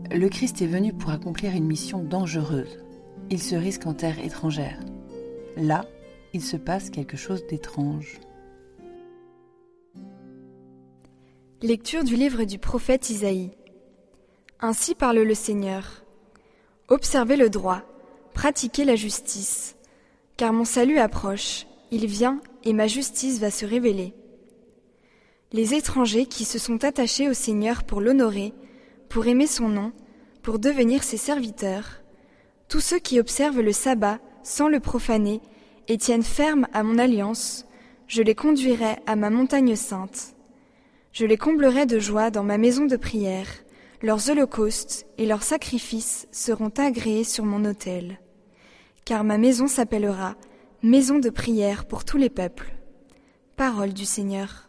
Le Christ est venu pour accomplir une mission dangereuse. Il se risque en terre étrangère. Là, il se passe quelque chose d'étrange. Lecture du livre du prophète Isaïe. Ainsi parle le Seigneur. Observez le droit, pratiquez la justice, car mon salut approche, il vient et ma justice va se révéler. Les étrangers qui se sont attachés au Seigneur pour l'honorer, pour aimer son nom, pour devenir ses serviteurs, tous ceux qui observent le sabbat sans le profaner et tiennent ferme à mon alliance, je les conduirai à ma montagne sainte. Je les comblerai de joie dans ma maison de prière, leurs holocaustes et leurs sacrifices seront agréés sur mon autel. Car ma maison s'appellera maison de prière pour tous les peuples. Parole du Seigneur.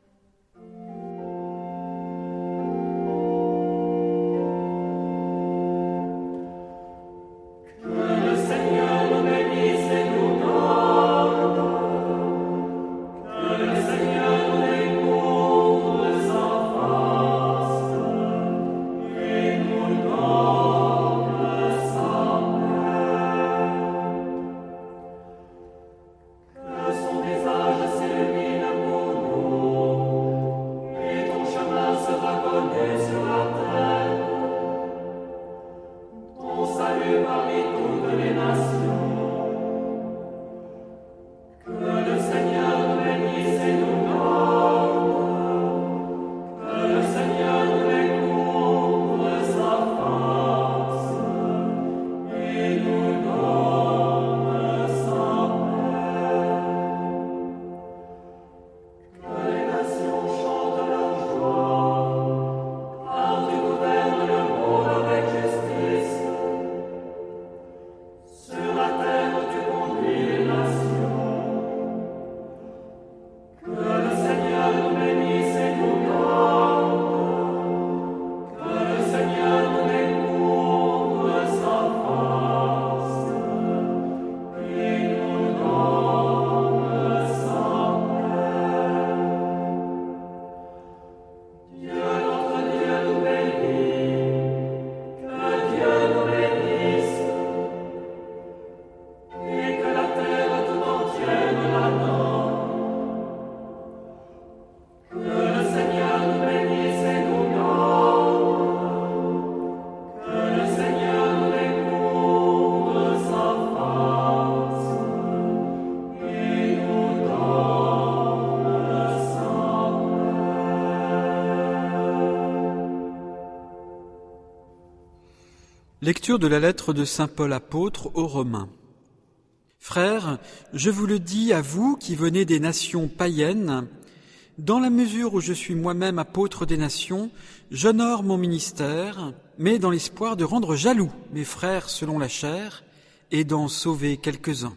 Lecture de la lettre de saint Paul apôtre aux Romains. Frères, je vous le dis à vous qui venez des nations païennes, dans la mesure où je suis moi-même apôtre des nations, j'honore mon ministère, mais dans l'espoir de rendre jaloux mes frères selon la chair et d'en sauver quelques-uns.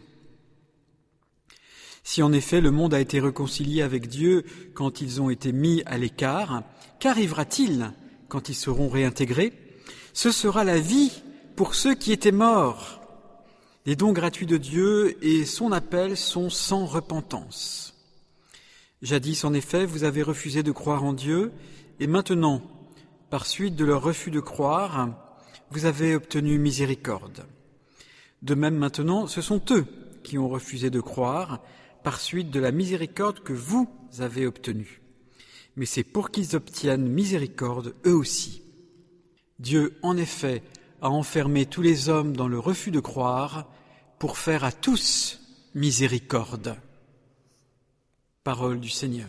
Si en effet le monde a été réconcilié avec Dieu quand ils ont été mis à l'écart, qu'arrivera-t-il quand ils seront réintégrés ? Ce sera la vie pour ceux qui étaient morts. Les dons gratuits de Dieu et son appel sont sans repentance. Jadis, en effet, vous avez refusé de croire en Dieu, et maintenant, par suite de leur refus de croire, vous avez obtenu miséricorde. De même maintenant, ce sont eux qui ont refusé de croire, par suite de la miséricorde que vous avez obtenue. Mais c'est pour qu'ils obtiennent miséricorde eux aussi. Dieu, en effet, a enfermé tous les hommes dans le refus de croire pour faire à tous miséricorde. Parole du Seigneur.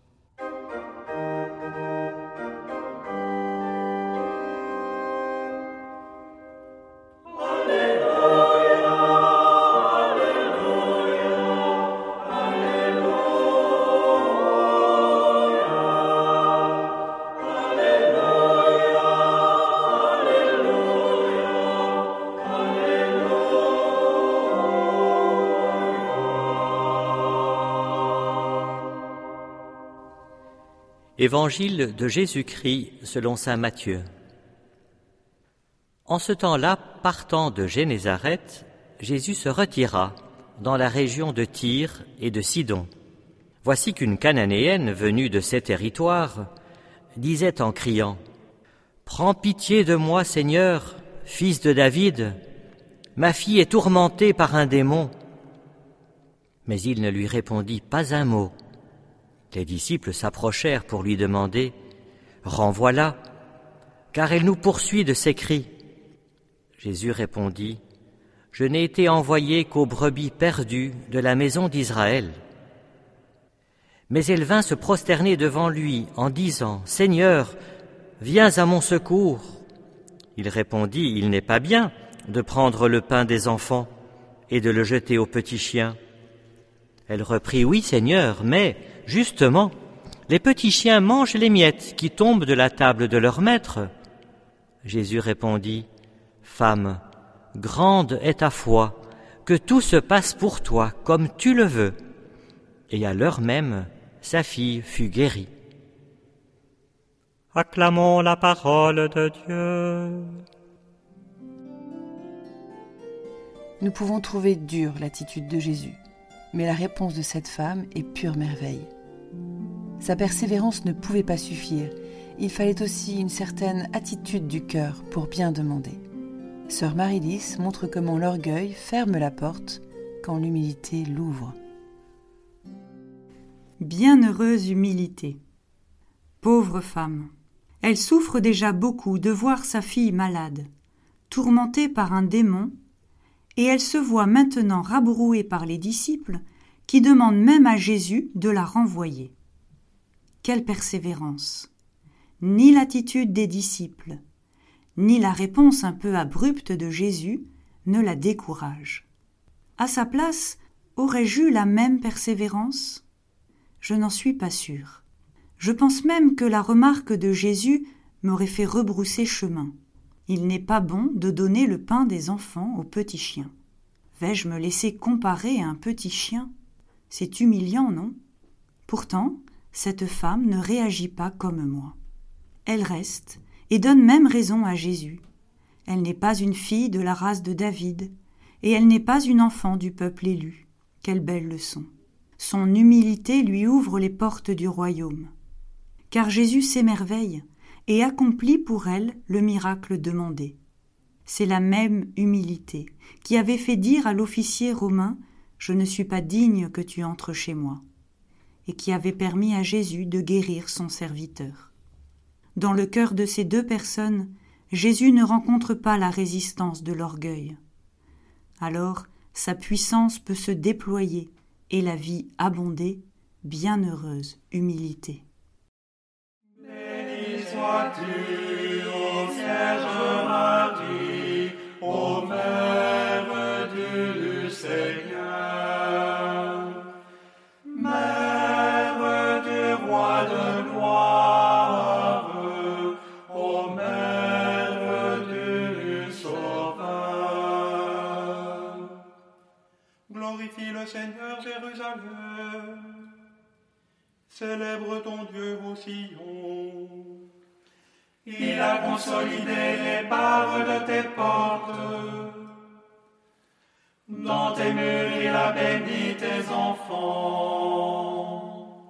Évangile de Jésus-Christ selon saint Matthieu. En ce temps-là, partant de Génézareth, Jésus se retira dans la région de Tyr et de Sidon. Voici qu'une Cananéenne venue de ces territoires disait en criant : « Prends pitié de moi, Seigneur, fils de David. Ma fille est tourmentée par un démon. » Mais il ne lui répondit pas un mot. Les disciples s'approchèrent pour lui demander « Renvoie-la, car elle nous poursuit de ses cris. » Jésus répondit « Je n'ai été envoyé qu'aux brebis perdues de la maison d'Israël. » Mais elle vint se prosterner devant lui en disant « Seigneur, viens à mon secours. » Il répondit « Il n'est pas bien de prendre le pain des enfants et de le jeter aux petits chiens. » Elle reprit « Oui, Seigneur, mais, justement, les petits chiens mangent les miettes qui tombent de la table de leur maître. » Jésus répondit « Femme, grande est ta foi, que tout se passe pour toi comme tu le veux. » Et à l'heure même, sa fille fut guérie. Acclamons la parole de Dieu. Nous pouvons trouver dure l'attitude de Jésus, mais la réponse de cette femme est pure merveille. Sa persévérance ne pouvait pas suffire, il fallait aussi une certaine attitude du cœur pour bien demander. Sœur Marie-Lys montre comment l'orgueil ferme la porte quand l'humilité l'ouvre. Bienheureuse humilité. Pauvre femme, elle souffre déjà beaucoup de voir sa fille malade, tourmentée par un démon, et elle se voit maintenant rabrouée par les disciples qui demandent même à Jésus de la renvoyer. Quelle persévérance! Ni l'attitude des disciples, ni la réponse un peu abrupte de Jésus ne la décourage. À sa place, aurais-je eu la même persévérance ? Je n'en suis pas sûre. Je pense même que la remarque de Jésus m'aurait fait rebrousser chemin. Il n'est pas bon de donner le pain des enfants aux petits chiens. Vais-je me laisser comparer à un petit chien ? C'est humiliant, non ? Pourtant, cette femme ne réagit pas comme moi. Elle reste et donne même raison à Jésus. Elle n'est pas une fille de la race de David, et elle n'est pas une enfant du peuple élu. Quelle belle leçon! Son humilité lui ouvre les portes du royaume. Car Jésus s'émerveille et accomplit pour elle le miracle demandé. C'est la même humilité qui avait fait dire à l'officier romain « Je ne suis pas digne que tu entres chez moi » et qui avait permis à Jésus de guérir son serviteur. Dans le cœur de ces deux personnes, Jésus ne rencontre pas la résistance de l'orgueil. Alors, sa puissance peut se déployer et la vie abonder, bienheureuse humilité. Béni sois-tu, ô Vierge Marie, ô Mère du Seigneur, Mère du Roi de gloire, ô Mère du Sauveur. Glorifie le Seigneur, Jérusalem. Célèbre ton Dieu au Sion. Il a consolidé les barres de tes portes. Dans tes murs, il a béni tes enfants.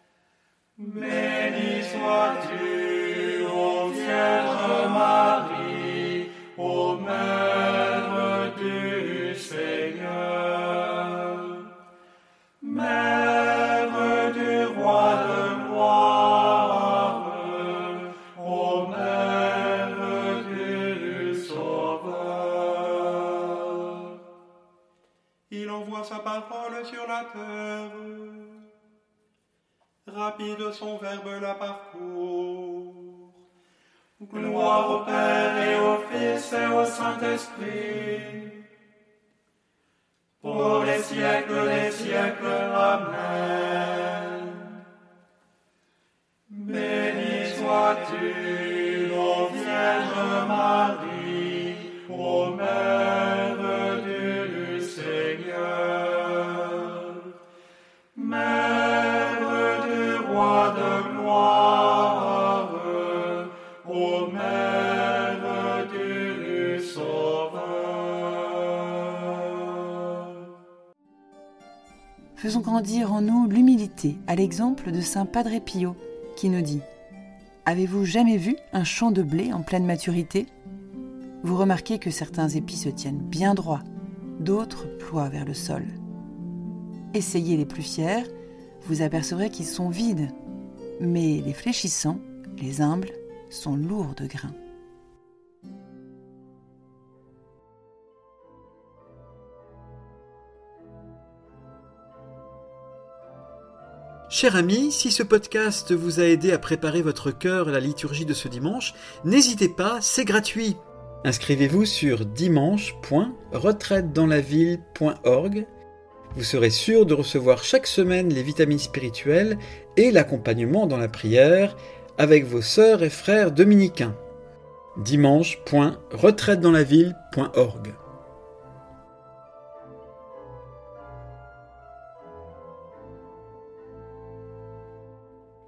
Béni sois-tu, ô Vierge Marie, ô Mère du Seigneur, Mère du Roi de gloire, ô Mère du Sauveur. Il envoie sa parole sur la terre, rapide son verbe la parcourt. Gloire au Père et au Fils et au Saint-Esprit, pour les siècles des siècles. Amen. Béni sois-tu, ô Vierge Marie, ô Mère du Seigneur, Mère du Roi de gloire, ô Mère du Sauveur. Faisons grandir en nous l'humilité, à l'exemple de saint Padre Pio, qui nous dit « Avez-vous jamais vu un champ de blé en pleine maturité ? Vous remarquez que certains épis se tiennent bien droits, d'autres ploient vers le sol. Essayez les plus fiers, vous apercevrez qu'ils sont vides, mais les fléchissants, les humbles, sont lourds de grains. Cher ami, si ce podcast vous a aidé à préparer votre cœur à la liturgie de ce dimanche, n'hésitez pas, c'est gratuit. Inscrivez-vous sur dimanche.retraitedanslaville.org. Vous serez sûr de recevoir chaque semaine les vitamines spirituelles et l'accompagnement dans la prière avec vos sœurs et frères dominicains. dimanche.retraitedanslaville.org